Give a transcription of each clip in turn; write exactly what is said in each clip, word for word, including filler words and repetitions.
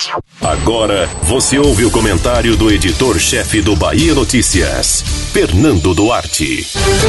Agora você ouve o comentário do editor-chefe do Bahia Notícias, Fernando Duarte.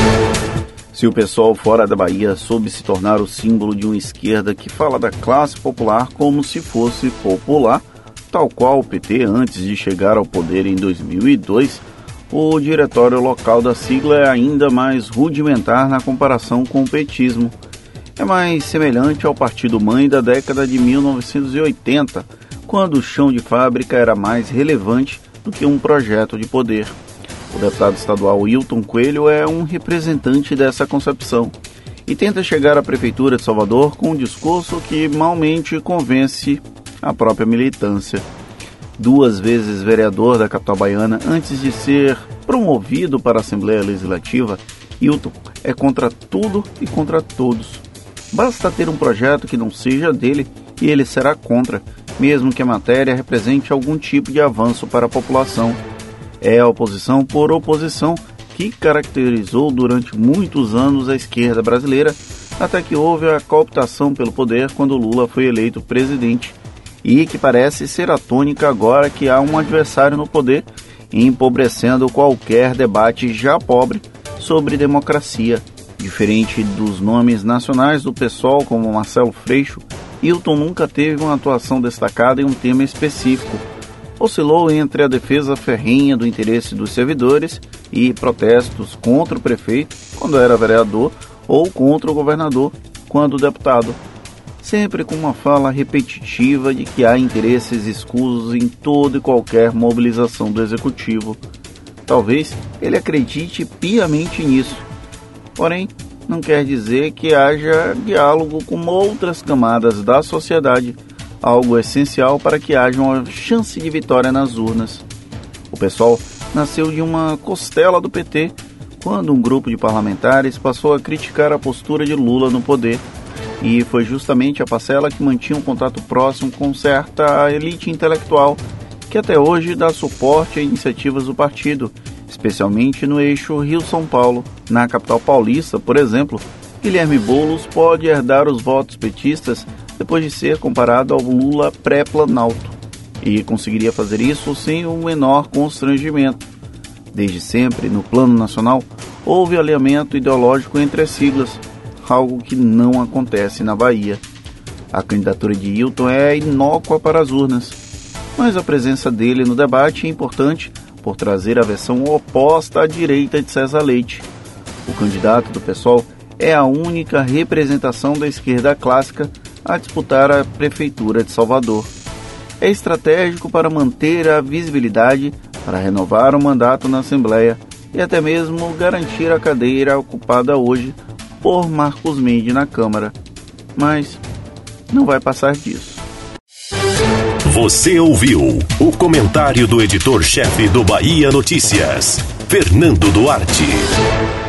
Se o pessoal fora da Bahia soube se tornar o símbolo de uma esquerda que fala da classe popular como se fosse popular, tal qual o P T antes de chegar ao poder em dois mil e dois, o diretório local da sigla é ainda mais rudimentar na comparação com o petismo. É mais semelhante ao partido-mãe da década de mil novecentos e oitenta, quando o chão de fábrica era mais relevante do que um projeto de poder. O deputado estadual Wilton Coelho é um representante dessa concepção e tenta chegar à Prefeitura de Salvador com um discurso que malmente convence a própria militância. Duas vezes vereador da capital baiana, antes de ser promovido para a Assembleia Legislativa, Wilton é contra tudo e contra todos. Basta ter um projeto que não seja dele e ele será contra, mesmo que a matéria represente algum tipo de avanço para a população. É a oposição por oposição que caracterizou durante muitos anos a esquerda brasileira, até que houve a cooptação pelo poder quando Lula foi eleito presidente, e que parece ser a tônica agora que há um adversário no poder, empobrecendo qualquer debate já pobre sobre democracia. Diferente dos nomes nacionais do PSOL, como Marcelo Freixo, Wilton nunca teve uma atuação destacada em um tema específico. Oscilou entre a defesa ferrenha do interesse dos servidores e protestos contra o prefeito, quando era vereador, ou contra o governador, quando deputado. Sempre com uma fala repetitiva de que há interesses escusos em toda e qualquer mobilização do executivo. Talvez ele acredite piamente nisso. Porém, não quer dizer que haja diálogo com outras camadas da sociedade, algo essencial para que haja uma chance de vitória nas urnas. O PSOL nasceu de uma costela do P T, quando um grupo de parlamentares passou a criticar a postura de Lula no poder, e foi justamente a parcela que mantinha um contato próximo com certa elite intelectual, que até hoje dá suporte a iniciativas do partido, especialmente no eixo Rio-São Paulo. Na capital paulista, por exemplo, Guilherme Boulos pode herdar os votos petistas depois de ser comparado ao Lula pré-Planalto, e conseguiria fazer isso sem o menor constrangimento. Desde sempre, no plano nacional, houve alinhamento ideológico entre as siglas, algo que não acontece na Bahia. A candidatura de Wilton é inócua para as urnas, mas a presença dele no debate é importante por trazer a versão oposta à direita de César Leite. O candidato do PSOL é a única representação da esquerda clássica a disputar a Prefeitura de Salvador. É estratégico para manter a visibilidade, para renovar o mandato na Assembleia e até mesmo garantir a cadeira ocupada hoje por Marcos Mendes na Câmara. Mas não vai passar disso. Você ouviu o comentário do editor-chefe do Bahia Notícias, Fernando Duarte.